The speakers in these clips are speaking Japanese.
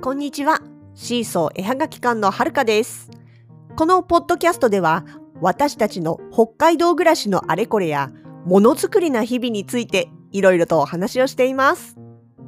こんにちは。シーソー絵はがき館のはるかです。このポッドキャストでは、私たちの北海道暮らしのあれこれや、ものづくりな日々についていろいろとお話をしています。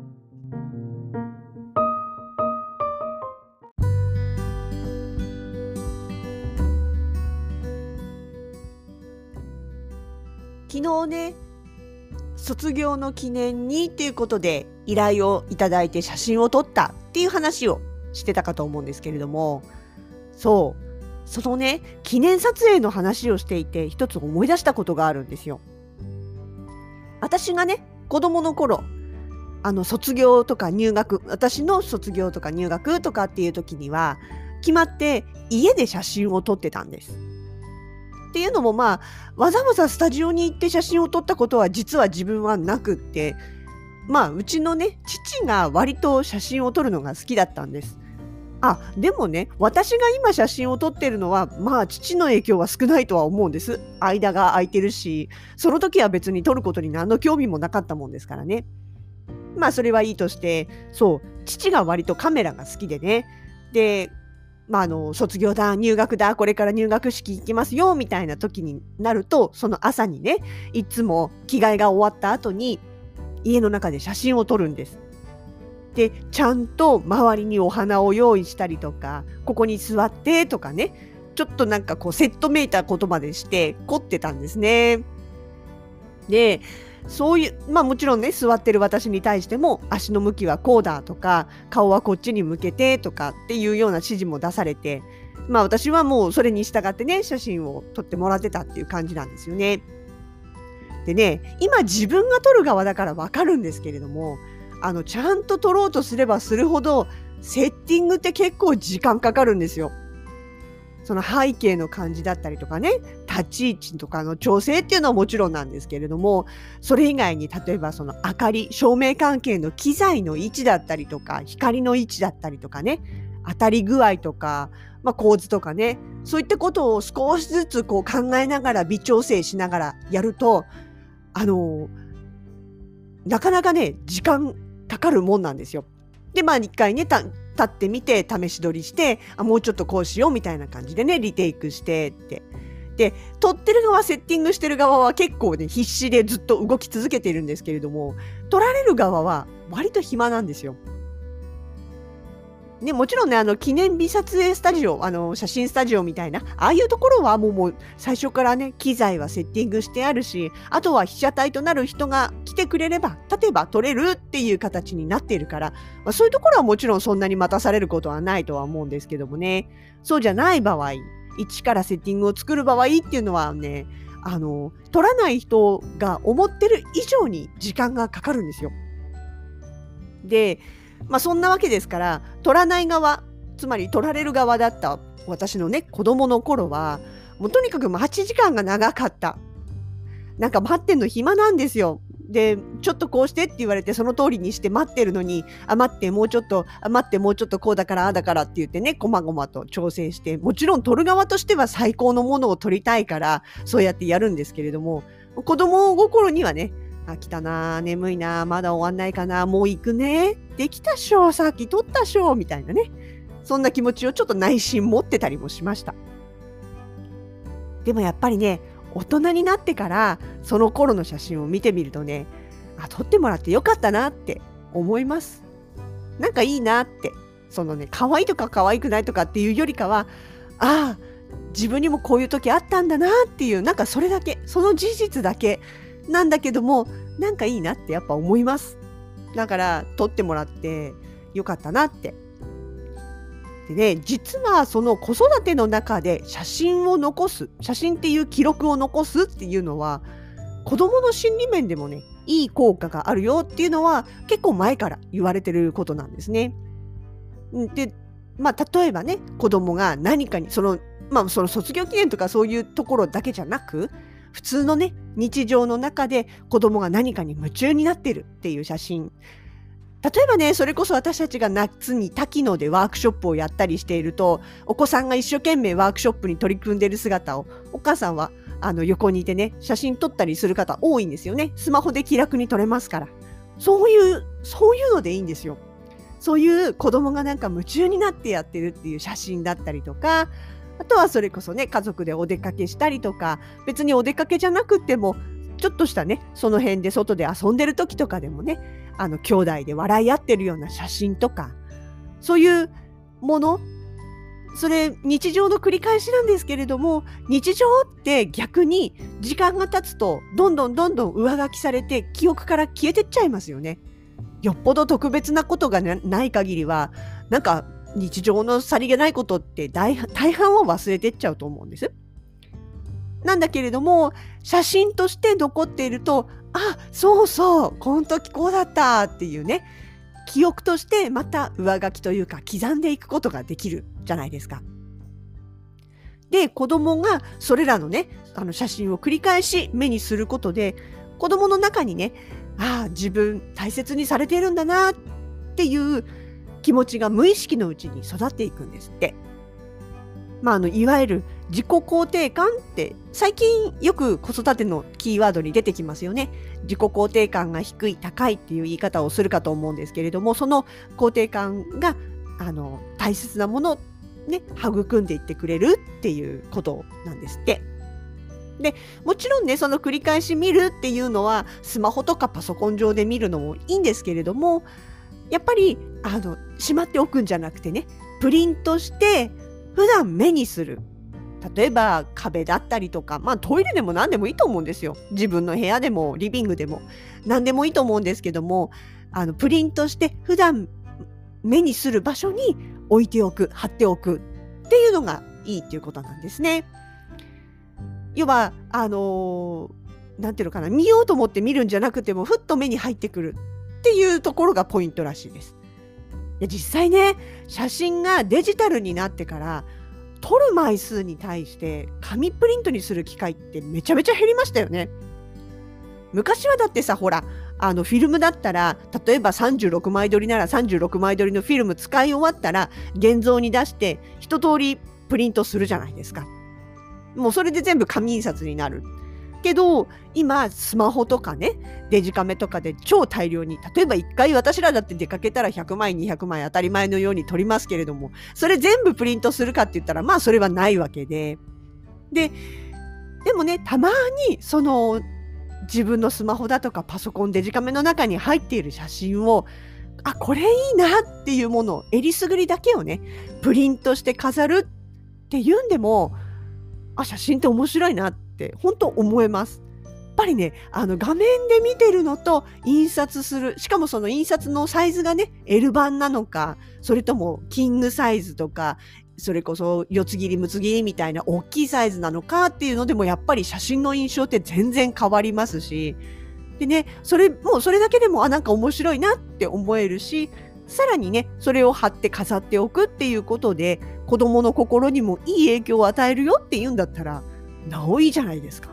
昨日ね、卒業の記念にっていうことで依頼をいただいて写真を撮ったっていう話をしてたかと思うんですけれども、そのね、記念撮影の話をしていて一つ思い出したことがあるんですよ。私がね、子供の頃、卒業とか入学、私の卒業とか入学とかっていう時には、決まって家で写真を撮ってたんです。っていうのもわざわざスタジオに行って写真を撮ったことは実は自分はなくって、うちのね、父が割と写真を撮るのが好きだったんです。でもね、私が今写真を撮ってるのは、父の影響は少ないとは思うんです。間が空いてるし、その時は別に撮ることに何の興味もなかったもんですからね。それはいいとして、父が割とカメラが好きでね。で、卒業だ、入学だ、これから入学式行きますよ、みたいな時になると、その朝にね、いつも着替えが終わった後に、家の中で写真を撮るんです。で、ちゃんと周りにお花を用意したりとか、ここに座ってとかね、ちょっとセットめいたことまでして凝ってたんですね。で、そういう、もちろんね、座ってる私に対しても、足の向きはこうだとか、顔はこっちに向けてとかっていうような指示も出されて、私はもうそれに従ってね、写真を撮ってもらってたっていう感じなんですよね。でね、今自分が撮る側だからわかるんですけれども、ちゃんと撮ろうとすればするほど、セッティングって結構時間かかるんですよ。その背景の感じだったりとかね、立ち位置とかの調整っていうのはもちろんなんですけれども、それ以外に例えばその明かり、照明関係の機材の位置だったりとか、光の位置だったりとかね、当たり具合とか、構図とかね、そういったことを少しずつ考えながら微調整しながらやると、なかなかね、時間かかるもんなんですよ。で、一回ね、立ってみて試し撮りして、もうちょっとこうしようみたいな感じでね、リテイクしてって。で、撮ってる側、セッティングしてる側は結構ね、必死でずっと動き続けているんですけれども、撮られる側は割と暇なんですよ。ね、もちろんね、記念日撮影スタジオ、写真スタジオみたいな、ああいうところはもう最初からね、機材はセッティングしてあるし、あとは被写体となる人が来てくれれば、例えば撮れるっていう形になっているから、そういうところはもちろんそんなに待たされることはないとは思うんですけどもね、そうじゃない場合、一からセッティングを作る場合っていうのはね、撮らない人が思ってる以上に時間がかかるんですよ。で、そんなわけですから、撮らない側、つまり撮られる側だった私のね、子供の頃は、もうとにかく待ち時間が長かった。待ってんの暇なんですよ。で、ちょっとこうしてって言われてその通りにして待ってるのに、待ってもうちょっと、待ってもうちょっとこうだからああだからって言ってね、こまごまと調整して、もちろん撮る側としては最高のものを撮りたいから、そうやってやるんですけれども、子供心にはね、来たな、眠いな、まだ終わんないかな、もう行くね、できたっしょ、さっき撮ったっしょ、みたいなね。そんな気持ちをちょっと内心持ってたりもしました。でもやっぱりね、大人になってからその頃の写真を見てみるとね、撮ってもらってよかったなって思います。いいなって。そのね、可愛いとか可愛くないとかっていうよりかは、自分にもこういう時あったんだなっていう、それだけ、その事実だけなんだけども、いいなってやっぱ思います。だから撮ってもらってよかったなって。でね、実はその子育ての中で写真を残す、写真っていう記録を残すっていうのは、子供の心理面でもね、いい効果があるよっていうのは結構前から言われてることなんですね。で、例えばね、子供が何かに、その卒業記念とかそういうところだけじゃなく、普通のね、日常の中で子供が何かに夢中になってるっていう写真。例えばね、それこそ私たちが夏に滝野でワークショップをやったりしていると、お子さんが一生懸命ワークショップに取り組んでいる姿を、お母さんは横にいてね、写真撮ったりする方多いんですよね。スマホで気楽に撮れますから。そういうのでいいんですよ。 そういう子供がなんか夢中になってやってるっていう写真だったりとか、あとはそれこそね、家族でお出かけしたりとか、別にお出かけじゃなくっても、ちょっとしたね、その辺で外で遊んでる時とかでもね、兄弟で笑い合ってるような写真とか、そういうもの、それ日常の繰り返しなんですけれども、日常って逆に時間が経つとどんどん上書きされて記憶から消えてっちゃいますよね。よっぽど特別なことがない限りは、なんか日常のさりげないことって大半は忘れてっちゃうと思うんです。なんだけれども、写真として残っていると、あ、そうそう、この時こうだったっていうね、記憶としてまた上書きというか刻んでいくことができるじゃないですか。で、子供がそれらのね、写真を繰り返し目にすることで、子供の中にね、ああ、自分大切にされているんだなっていう気持ちが無意識のうちに育っていくんですって。いわゆる自己肯定感って最近よく子育てのキーワードに出てきますよね。自己肯定感が低い、高いっていう言い方をするかと思うんですけれども、その肯定感が大切なものをね、育んでいってくれるっていうことなんですって。で、もちろんね、その繰り返し見るっていうのはスマホとかパソコン上で見るのもいいんですけれども、やっぱりしまっておくんじゃなくてね、プリントして普段目にする。例えば壁だったりとか、トイレでも何でもいいと思うんですよ。自分の部屋でもリビングでも何でもいいと思うんですけども、プリントして普段目にする場所に置いておく、貼っておくっていうのがいいっていうことなんですね。要はなんていうのかな、見ようと思って見るんじゃなくてもふっと目に入ってくるっていうところがポイントらしいです。実際ね、写真がデジタルになってから撮る枚数に対して紙プリントにする機会ってめちゃめちゃ減りましたよね。昔はだってさ、ほらフィルムだったら、例えば36枚撮りなら36枚撮りのフィルム使い終わったら現像に出して一通りプリントするじゃないですか。もうそれで全部紙印刷になる。けど今スマホとかね、デジカメとかで超大量に、例えば1回私らだって出かけたら100枚200枚当たり前のように撮りますけれども、それ全部プリントするかって言ったらそれはないわけで、でもね、たまにその自分のスマホだとかパソコン、デジカメの中に入っている写真を、これいいなっていうものを、えりすぐりだけをねプリントして飾るっていうんでも、写真って面白いなって本当思えます。やっぱりね、画面で見てるのと印刷する、しかもその印刷のサイズがね L 版なのか、それともキングサイズとか、それこそ四つ切り六つ切りみたいな大きいサイズなのかっていうのでも、やっぱり写真の印象って全然変わりますし、でね、もうそれだけでもなんか面白いなって思えるし、さらにね、それを貼って飾っておくっていうことで子供の心にもいい影響を与えるよっていうんだったら、なおいいじゃないですか。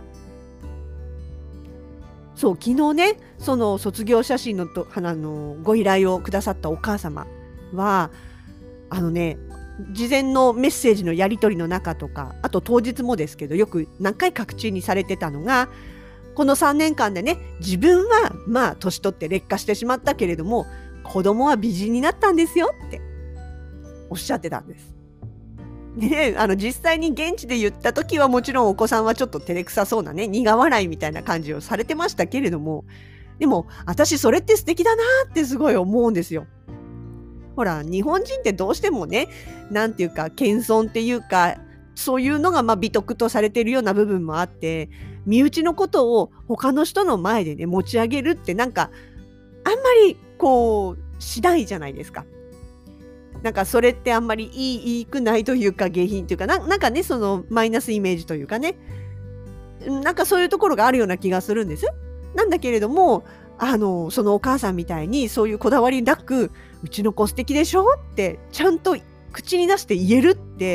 そう、昨日ね、その卒業写真のご依頼をくださったお母様は、事前のメッセージのやり取りの中とか、あと当日もですけど、よく何回か口にされてたのが、この3年間でね、自分は年取って劣化してしまったけれども、子供は美人になったんですよっておっしゃってたんです。で、実際に現地で言った時はもちろんお子さんはちょっと照れくさそうなね、苦笑いみたいな感じをされてましたけれども、でも私それって素敵だなってすごい思うんですよ。ほら、日本人ってどうしてもね、なんていうか謙遜っていうか、そういうのが美徳とされているような部分もあって、身内のことを他の人の前でね持ち上げるってなんかあんまりしないじゃないですか。なんかそれってあんまりいいくないというか、下品というか、なんかね、そのマイナスイメージというかね、なんかそういうところがあるような気がするんです。なんだけれども、そのお母さんみたいにそういうこだわりなく、うちの子素敵でしょってちゃんと口に出して言えるって、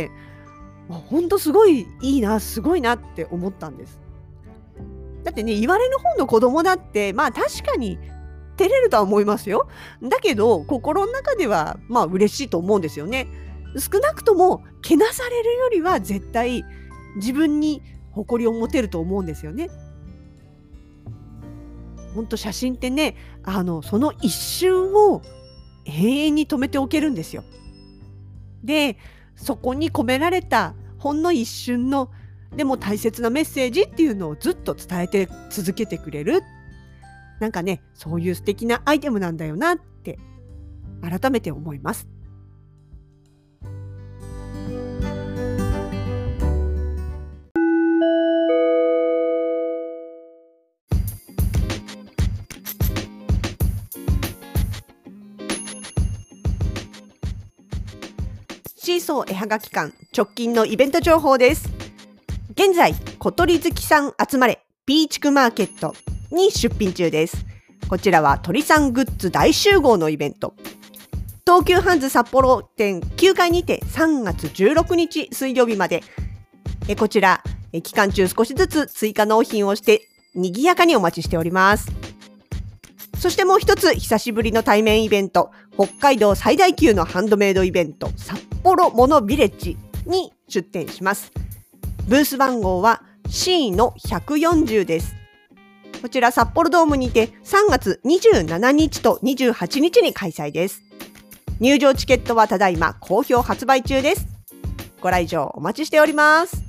ほんとすごいいいな、すごいなって思ったんです。だってね、言われる方の子供だって、確かに照れるとは思いますよ。だけど心の中では嬉しいと思うんですよね。少なくともけなされるよりは絶対自分に誇りを持てると思うんですよね。ほんと写真ってね、その一瞬を永遠に留めておけるんですよ。で、そこに込められたほんの一瞬のでも大切なメッセージっていうのをずっと伝えて続けてくれる。なんかね、そういう素敵なアイテムなんだよなって改めて思います。シーソー絵はがき館直近のイベント情報です。現在、小鳥好きさん集まれピーチクマーケットに出品中です。こちらは鳥さんグッズ大集合のイベント。東急ハンズ札幌店9階にて3月16日水曜日まで。こちら、期間中少しずつ追加納品をして賑やかにお待ちしております。そしてもう一つ久しぶりの対面イベント、北海道最大級のハンドメイドイベント、札幌モノビレッジに出店します。ブース番号は C の140です。こちら札幌ドームにて3月27日と28日に開催です。入場チケットはただいま好評発売中です。ご来場お待ちしております。